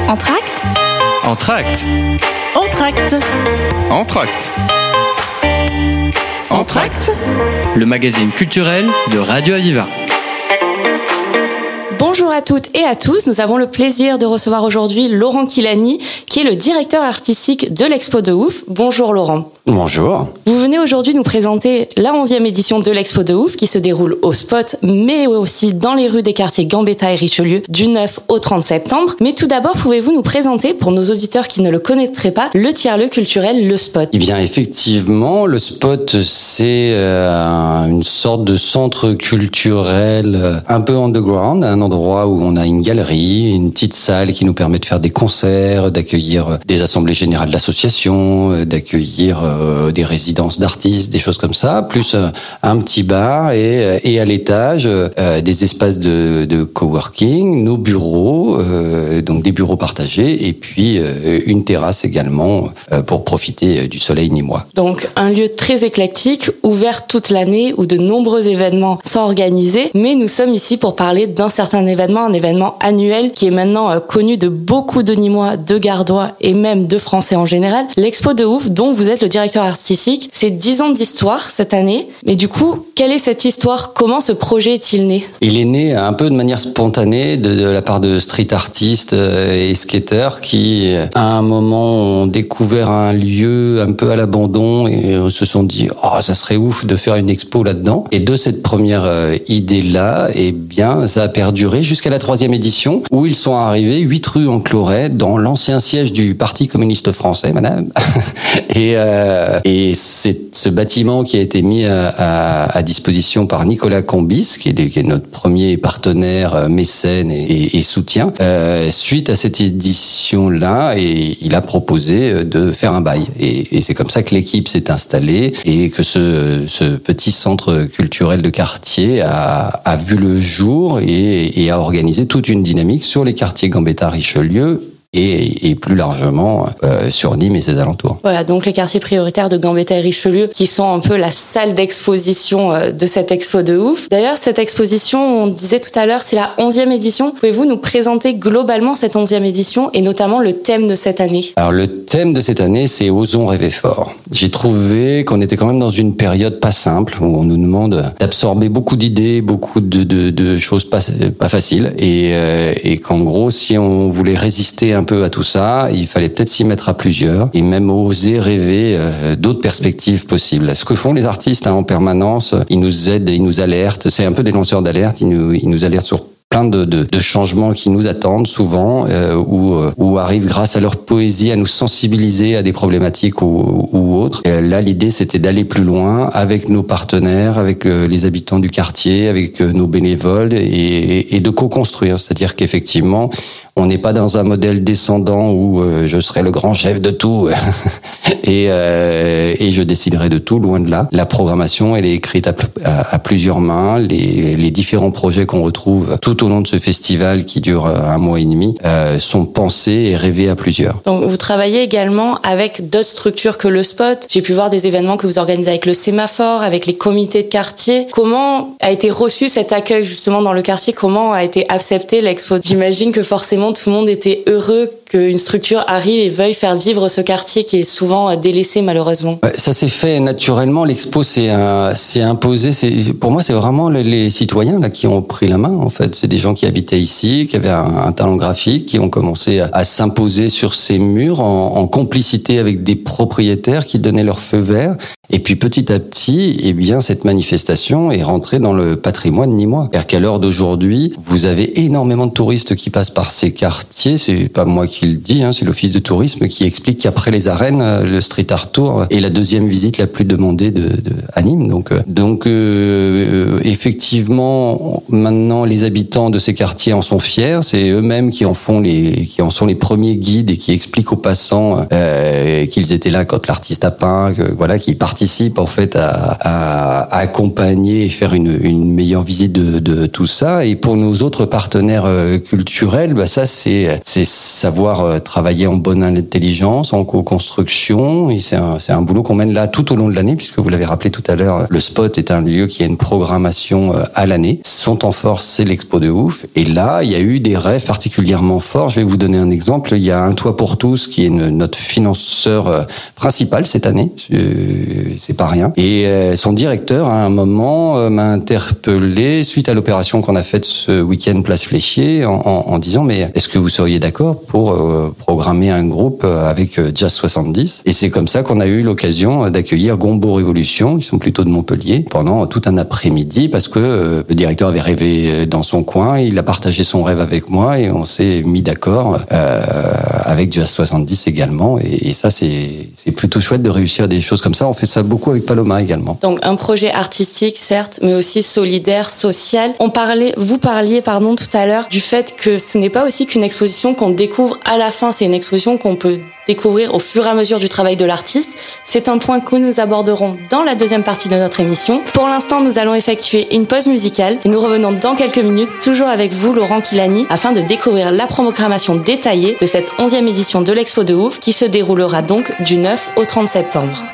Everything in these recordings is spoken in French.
Entracte. Entracte. Entracte. Entracte. Entracte. Le magazine culturel de Radio Aviva. Bonjour à toutes et à tous, nous avons le plaisir de recevoir aujourd'hui Laurent Kilani, qui est le directeur artistique de l'Expo de Ouf. Bonjour Laurent. Bonjour. Vous venez aujourd'hui nous présenter la 11e édition de l'Expo de Ouf qui se déroule au Spot, mais aussi dans les rues des quartiers Gambetta et Richelieu du 9 au 30 septembre. Mais tout d'abord, pouvez-vous nous présenter, pour nos auditeurs qui ne le connaîtraient pas, le tiers-lieu culturel Le Spot? Eh bien, effectivement, le Spot, c'est une sorte de centre culturel un peu underground, un endroit où on a une galerie, une petite salle qui nous permet de faire des concerts, d'accueillir des assemblées générales d'associations, d'accueillir des résidences d'artistes, des choses comme ça, plus un petit bar et à l'étage des espaces de coworking, nos bureaux, donc des bureaux partagés et puis une terrasse également pour profiter du soleil nîmois. Donc un lieu très éclectique, ouvert toute l'année où de nombreux événements sont organisés, mais nous sommes ici pour parler d'un certain événement, un événement annuel qui est maintenant connu de beaucoup de Nîmois, de Gardois et même de Français en général, l'Expo de Ouf dont vous êtes le directeur artistique. C'est 10 ans d'histoire cette année, mais du coup, quelle est cette histoire? Comment ce projet est-il né? Il est né un peu de manière spontanée de la part de street artistes et skateurs qui, à un moment, ont découvert un lieu un peu à l'abandon et se sont dit « Oh, ça serait ouf de faire une expo là-dedans ». Et de cette première idée-là, eh bien, ça a perduré jusqu'à la 3e édition où ils sont arrivés 8 rue en Cloret, dans l'ancien siège du Parti communiste français, madame. Et c'est ce bâtiment qui a été mis à disposition par Nicolas Combis, qui est notre premier partenaire, mécène et soutien. Suite à cette édition-là, et il a proposé de faire un bail. Et c'est comme ça que l'équipe s'est installée et que ce petit centre culturel de quartier a vu le jour et a organisé toute une dynamique sur les quartiers Gambetta, Richelieu, et plus largement sur Nîmes et ses alentours. Voilà, donc les quartiers prioritaires de Gambetta et Richelieu qui sont un peu la salle d'exposition de cette expo de ouf. D'ailleurs, cette exposition, on disait tout à l'heure, c'est la 11e édition. Pouvez-vous nous présenter globalement cette 11e édition et notamment le thème de cette année? Alors le thème de cette année, c'est Osons rêver fort. J'ai trouvé qu'on était quand même dans une période pas simple où on nous demande d'absorber beaucoup d'idées, beaucoup de choses pas faciles et qu'en gros, si on voulait résister un peu à tout ça, il fallait peut-être s'y mettre à plusieurs et même oser rêver d'autres perspectives possibles. Ce que font les artistes en permanence, ils nous aident, ils nous alertent. C'est un peu des lanceurs d'alerte, ils nous alertent sur plein de changements qui nous attendent souvent, ou arrivent grâce à leur poésie à nous sensibiliser à des problématiques ou autres. Et là, l'idée, c'était d'aller plus loin avec nos partenaires, avec les habitants du quartier, avec nos bénévoles et de co-construire. C'est-à-dire qu'effectivement, on n'est pas dans un modèle descendant où je serai le grand chef de tout et je déciderai de tout, loin de là. La programmation, elle est écrite à plusieurs mains. Les différents projets qu'on retrouve tout au long de ce festival qui dure 1 mois et demi sont pensés et rêvés à plusieurs. Donc vous travaillez également avec d'autres structures que le Spot. J'ai pu voir des événements que vous organisez avec le Sémaphore, avec les comités de quartier. Comment a été reçu cet accueil justement dans le quartier? Comment a été accepté l'expo? J'imagine que forcément tout le monde était heureux qu'une structure arrive et veuille faire vivre ce quartier qui est souvent délaissé malheureusement. Ça s'est fait naturellement. L'expo s'est imposé. Pour moi, c'est vraiment les citoyens là qui ont pris la main. En fait, c'est des gens qui habitaient ici, qui avaient un talent graphique, qui ont commencé à s'imposer sur ces murs en complicité avec des propriétaires qui donnaient leur feu vert. Et puis petit à petit, eh bien, cette manifestation est rentrée dans le patrimoine nîmois. C'est-à-dire qu'à l'heure d'aujourd'hui, vous avez énormément de touristes qui passent par ces quartiers. C'est pas moi qui le dis, c'est l'office de tourisme qui explique qu'après les arènes, le street art tour est la 2e visite la plus demandée à Nîmes. Donc effectivement, maintenant, les habitants de ces quartiers en sont fiers. C'est eux-mêmes qui en sont les premiers guides et qui expliquent aux passants qu'ils étaient là quand l'artiste a peint, qui participent en fait à accompagner et faire une meilleure visite de tout ça. Et pour nos autres partenaires culturels, ça ça, c'est savoir travailler en bonne intelligence, en co-construction. Et c'est un boulot qu'on mène là tout au long de l'année, puisque vous l'avez rappelé tout à l'heure, le Spot est un lieu qui a une programmation à l'année. Son temps fort, c'est l'Expo de Ouf. Et là, il y a eu des rêves particulièrement forts. Je vais vous donner un exemple. Il y a Un Toit pour tous, qui est notre financeur principal cette année. C'est pas rien. Et son directeur, à un moment, m'a interpellé suite à l'opération qu'on a faite ce week-end Place Fléchier en disant, mais est-ce que vous seriez d'accord pour programmer un groupe avec Jazz 70? Et c'est comme ça qu'on a eu l'occasion d'accueillir Gombo Révolution, qui sont plutôt de Montpellier, pendant tout un après-midi, parce que le directeur avait rêvé dans son coin, il a partagé son rêve avec moi et on s'est mis d'accord avec Jazz 70 également. Et ça, c'est plutôt chouette de réussir des choses comme ça. On fait ça beaucoup avec Paloma également. Donc un projet artistique, certes, mais aussi solidaire, social. Vous parliez tout à l'heure du fait que ce n'est pas aussi qu'une exposition qu'on découvre à la fin, c'est une exposition qu'on peut découvrir au fur et à mesure du travail de l'artiste. C'est un point que nous aborderons dans la deuxième partie de notre émission. Pour l'instant, nous allons effectuer une pause musicale et nous revenons dans quelques minutes, toujours avec vous, Laurent Quilani, afin de découvrir la programmation détaillée de cette 11e édition de l'Expo de Ouf, qui se déroulera donc du 9 au 30 septembre.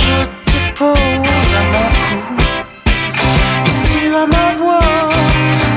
Pose à mon cou, su à ma voix.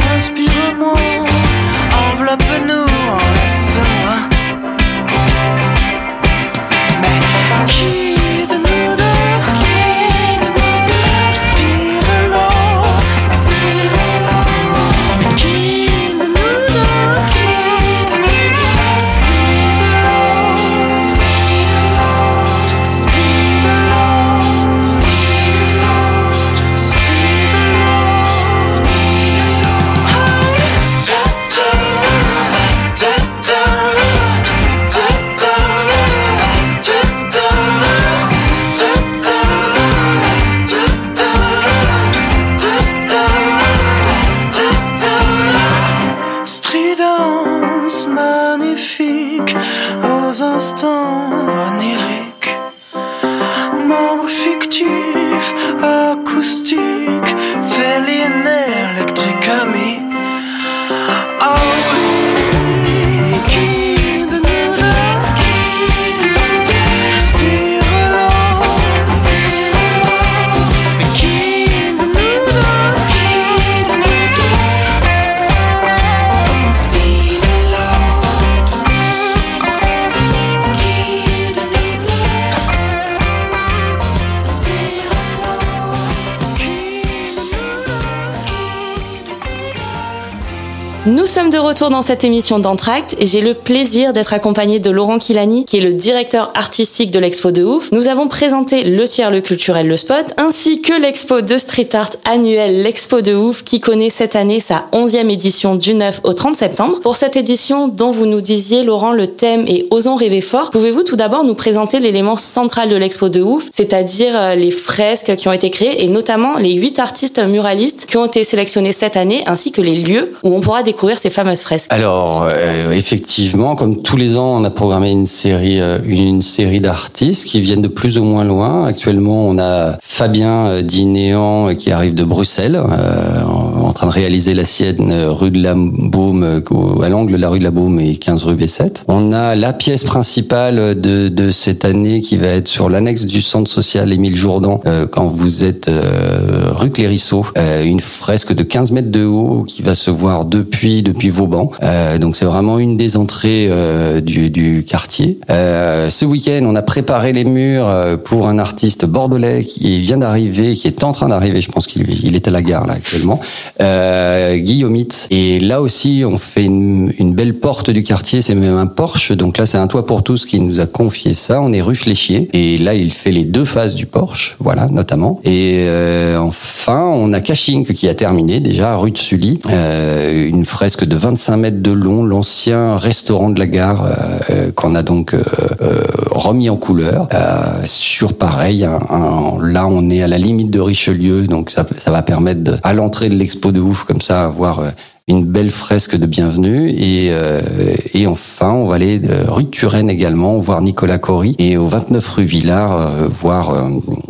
Nous sommes de retour dans cette émission d'Entracte et j'ai le plaisir d'être accompagné de Laurent Kilani, qui est le directeur artistique de l'Expo de Ouf. Nous avons présenté le tiers-lieu culturel Le Spot, ainsi que l'expo de street art annuelle l'Expo de Ouf, qui connaît cette année sa 11e édition du 9 au 30 septembre. Pour cette édition dont vous nous disiez, Laurent, le thème est « Osons rêver fort », pouvez-vous tout d'abord nous présenter l'élément central de l'Expo de Ouf, c'est-à-dire les fresques qui ont été créées et notamment les 8 artistes muralistes qui ont été sélectionnés cette année, ainsi que les lieux où on pourra découvrir ces fameuses fresques. Alors, effectivement, comme tous les ans, on a programmé une série d'artistes qui viennent de plus ou moins loin. Actuellement, on a Fabien Dinéan qui arrive de Bruxelles, en train de réaliser la sienne rue de la Baume, à l'angle de la rue de la Baume et 15 rue V7. On a la pièce principale de cette année qui va être sur l'annexe du centre social Émile Jourdan, quand vous êtes rue Clérisseau, une fresque de 15 mètres de haut qui va se voir depuis Vauban. Donc c'est vraiment une des entrées du quartier. Ce week-end, on a préparé les murs pour un artiste bordelais qui vient d'arriver, qui est en train d'arriver, je pense qu'il est à la gare là actuellement, Guillaumite. Et là aussi, on fait une belle porte du quartier, c'est même un porche. Donc là, c'est un toit pour tous qui nous a confié ça. On est rue Fléchier et là, il fait les 2 faces du porche, voilà, notamment. Et enfin, on a Caching qui a terminé déjà, rue de Sully, une fresque de 25 mètres de long, l'ancien restaurant de la gare qu'on a donc remis en couleur. Sur pareil, là on est à la limite de Richelieu, donc ça va permettre à l'entrée de l'expo de Ouf comme ça avoir une belle fresque de bienvenue et enfin on va aller rue de Turenne également voir Nicolas Cory et au 29 rue Villard voir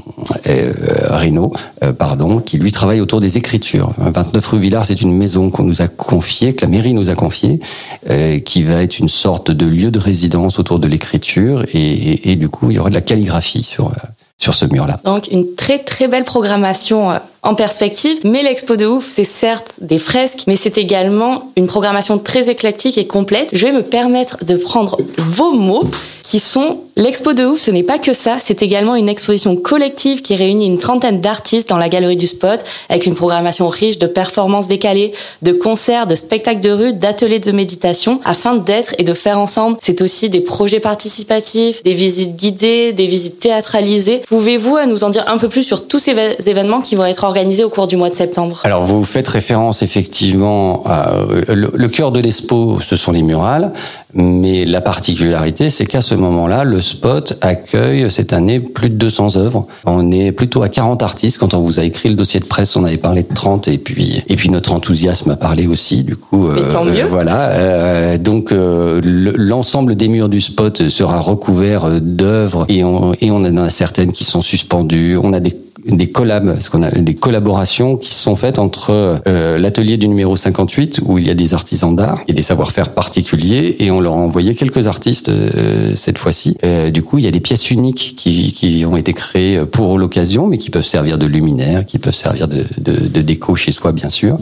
Reynaud, qui lui travaille autour des écritures. 29 rue Villard, c'est une maison qu'on nous a confiée, que la mairie nous a confiée, qui va être une sorte de lieu de résidence autour de l'écriture et du coup il y aura de la calligraphie sur ce mur-là. Donc une très très belle programmation en perspective, mais l'Expo de Ouf, c'est certes des fresques, mais c'est également une programmation très éclectique et complète. Je vais me permettre de prendre vos mots, qui sont l'Expo de Ouf, ce n'est pas que ça, c'est également une exposition collective qui réunit une trentaine d'artistes dans la galerie du Spot, avec une programmation riche de performances décalées, de concerts, de spectacles de rue, d'ateliers de méditation, afin d'être et de faire ensemble. C'est aussi des projets participatifs, des visites guidées, des visites théâtralisées. Pouvez-vous nous en dire un peu plus sur tous ces événements qui vont être organisé au cours du mois de septembre? Alors, vous faites référence effectivement à le cœur de l'expo, ce sont les murales, mais la particularité, c'est qu'à ce moment-là, le Spot accueille cette année plus de 200 œuvres. On est plutôt à 40 artistes. Quand on vous a écrit le dossier de presse, on avait parlé de 30 et puis notre enthousiasme a parlé aussi. Du coup, tant mieux. Voilà. Donc, l'ensemble des murs du Spot sera recouvert d'œuvres et on en a certaines qui sont suspendues. On a des collabs, ce qu'on a des collaborations qui sont faites entre l'atelier du numéro 58 où il y a des artisans d'art et des savoir-faire particuliers et on leur a envoyé quelques artistes cette fois-ci. Du coup, il y a des pièces uniques qui ont été créées pour l'occasion, mais qui peuvent servir de luminaire, qui peuvent servir de déco chez soi, bien sûr.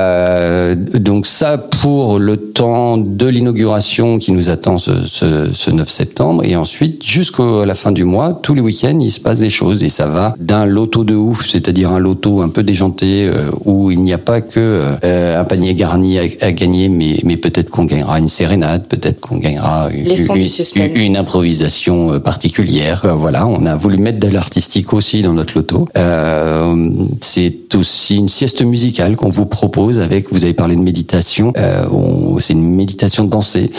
Donc ça, pour le temps de l'inauguration qui nous attend ce 9 septembre, et ensuite jusqu'à la fin du mois, tous les week-ends, il se passe des choses et ça va d'un loto de ouf, c'est-à-dire un loto un peu déjanté où il n'y a pas que un panier garni à gagner, mais peut-être qu'on gagnera une sérénade, peut-être qu'on gagnera une improvisation particulière. Voilà, on a voulu mettre de l'artistique aussi dans notre loto. C'est aussi une sieste musicale qu'on vous propose avec, vous avez parlé de méditation, c'est une méditation dansée.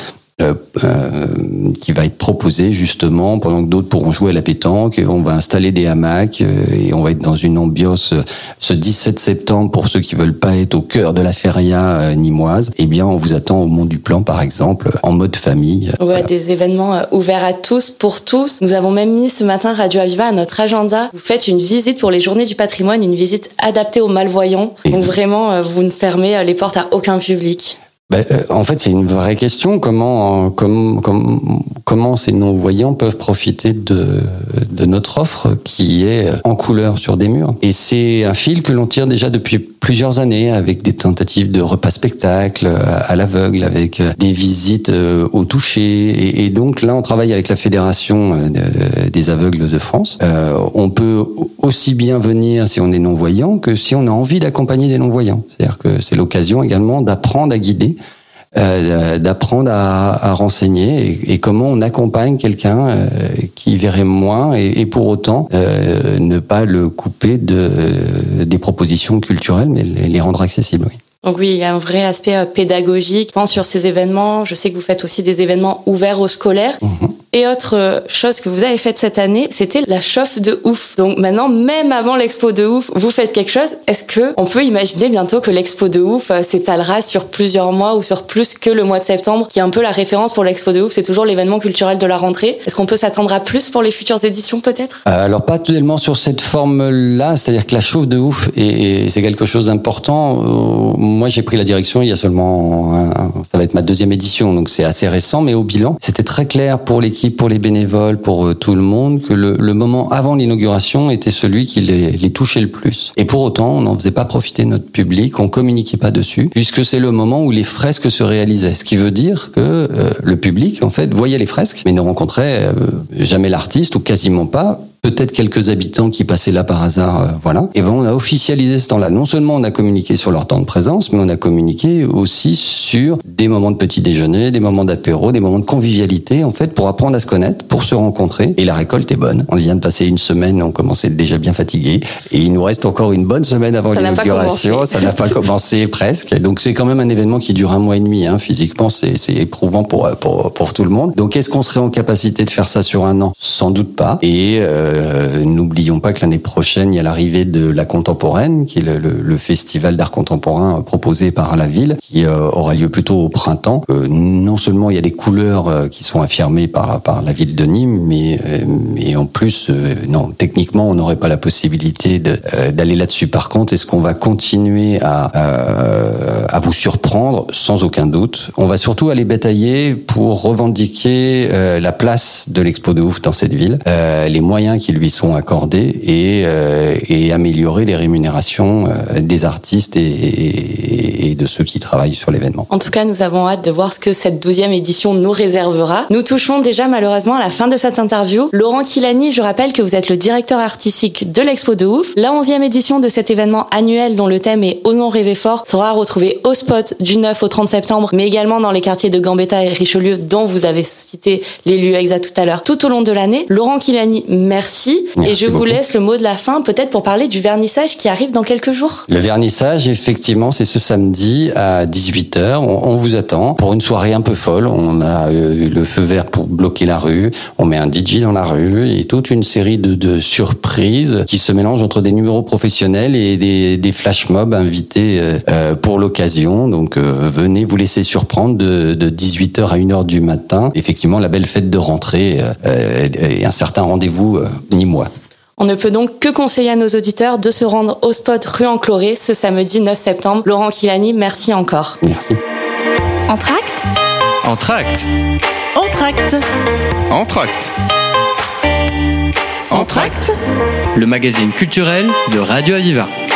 Qui va être proposé justement pendant que d'autres pourront jouer à la pétanque. On va installer des hamacs et on va être dans une ambiance ce 17 septembre pour ceux qui veulent pas être au cœur de la feria nîmoise. Eh bien, on vous attend au Mont du Plan par exemple en mode famille. Ouais, voilà. Des événements ouverts à tous, pour tous. Nous avons même mis ce matin Radio Aviva à notre agenda. Vous faites une visite pour les Journées du Patrimoine, une visite adaptée aux malvoyants. Donc vraiment, vous ne fermez les portes à aucun public. En fait, c'est une vraie question. Comment ces non-voyants peuvent profiter de notre offre qui est en couleur sur des murs. Et c'est un fil que l'on tire déjà depuis plusieurs années avec des tentatives de repas-spectacle à l'aveugle, avec des visites au toucher. Et donc là, on travaille avec la Fédération des aveugles de France. On peut aussi bien venir si on est non-voyant que si on a envie d'accompagner des non-voyants. C'est-à-dire que c'est l'occasion également d'apprendre à guider d'apprendre à renseigner et comment on accompagne quelqu'un qui verrait moins et pour autant ne pas le couper des propositions culturelles, mais les rendre accessibles. Oui. Donc oui, il y a un vrai aspect pédagogique, tant sur ces événements. Je sais que vous faites aussi des événements ouverts aux scolaires. Et autre chose que vous avez faite cette année, c'était la chauffe de ouf. Donc maintenant, même avant l'expo de ouf, vous faites quelque chose. Est-ce que on peut imaginer bientôt que l'expo de ouf s'étalera sur plusieurs mois ou sur plus que le mois de septembre, qui est un peu la référence pour l'expo de ouf, c'est toujours l'événement culturel de la rentrée. Est-ce qu'on peut s'attendre à plus pour les futures éditions peut-être ? Alors pas tellement sur cette forme-là, c'est-à-dire que la chauffe de ouf, et c'est quelque chose d'important. Moi, j'ai pris la direction il y a seulement, ça va être ma 2e édition, donc c'est assez récent, mais au bilan, c'était très clair pour l'équipe, pour les bénévoles, pour tout le monde, que le moment avant l'inauguration était celui qui les touchait le plus. Et pour autant, on n'en faisait pas profiter notre public, on communiquait pas dessus, puisque c'est le moment où les fresques se réalisaient. Ce qui veut dire que le public, en fait, voyait les fresques, mais ne rencontrait jamais l'artiste, ou quasiment pas. Peut-être quelques habitants qui passaient là par hasard, voilà. Et ben on a officialisé ce temps-là. Non seulement on a communiqué sur leur temps de présence, mais on a communiqué aussi sur des moments de petit déjeuner, des moments d'apéro, des moments de convivialité, en fait, pour apprendre à se connaître, pour se rencontrer. Et la récolte est bonne. On vient de passer une semaine, on commençait déjà bien fatigué, et il nous reste encore une bonne semaine avant l'inauguration. Ça n'a pas commencé presque. Donc c'est quand même un événement qui dure 1 mois et demi. Physiquement, c'est éprouvant pour tout le monde. Donc est-ce qu'on serait en capacité de faire ça sur 1 an ? Sans doute pas. Et n'oublions pas que l'année prochaine, il y a l'arrivée de la Contemporaine, qui est le festival d'art contemporain proposé par la ville, qui aura lieu plutôt au printemps. Non seulement il y a des couleurs qui sont affirmées par la ville de Nîmes, mais en plus, non, techniquement, on n'aurait pas la possibilité d'aller là-dessus. Par contre, est-ce qu'on va continuer à vous surprendre ? Sans aucun doute. On va surtout aller batailler pour revendiquer la place de l'Expo de Ouf dans cette ville, les moyens qui lui sont accordés et améliorer les rémunérations des artistes et de ceux qui travaillent sur l'événement. En tout cas, nous avons hâte de voir ce que cette 12e édition nous réservera. Nous touchons déjà malheureusement à la fin de cette interview. Laurent Quilani, je rappelle que vous êtes le directeur artistique de l'Expo de Ouf. La 11e édition de cet événement annuel dont le thème est Osons rêver fort sera retrouvée au spot du 9 au 30 septembre, mais également dans les quartiers de Gambetta et Richelieu, dont vous avez cité les lieux exacts tout à l'heure, tout au long de l'année. Laurent Quilani, merci. Et je vous laisse le mot de la fin, peut-être pour parler du vernissage qui arrive dans quelques jours. Le vernissage, effectivement, c'est ce samedi à 18h. On vous attend pour une soirée un peu folle. On a le feu vert pour bloquer la rue. On met un DJ dans la rue et toute une série de surprises qui se mélangent entre des numéros professionnels et des flash mobs invités pour l'occasion. Donc venez vous laisser surprendre de 18h à 1h du matin. Effectivement, la belle fête de rentrée et un certain rendez-vous nîmois. On ne peut donc que conseiller à nos auditeurs de se rendre au spot rue Encloré ce samedi 9 septembre. Laurent Quilani, merci encore. Merci. Entracte. Entracte. Entracte. Entracte. Entracte. Le magazine culturel de Radio Aviva.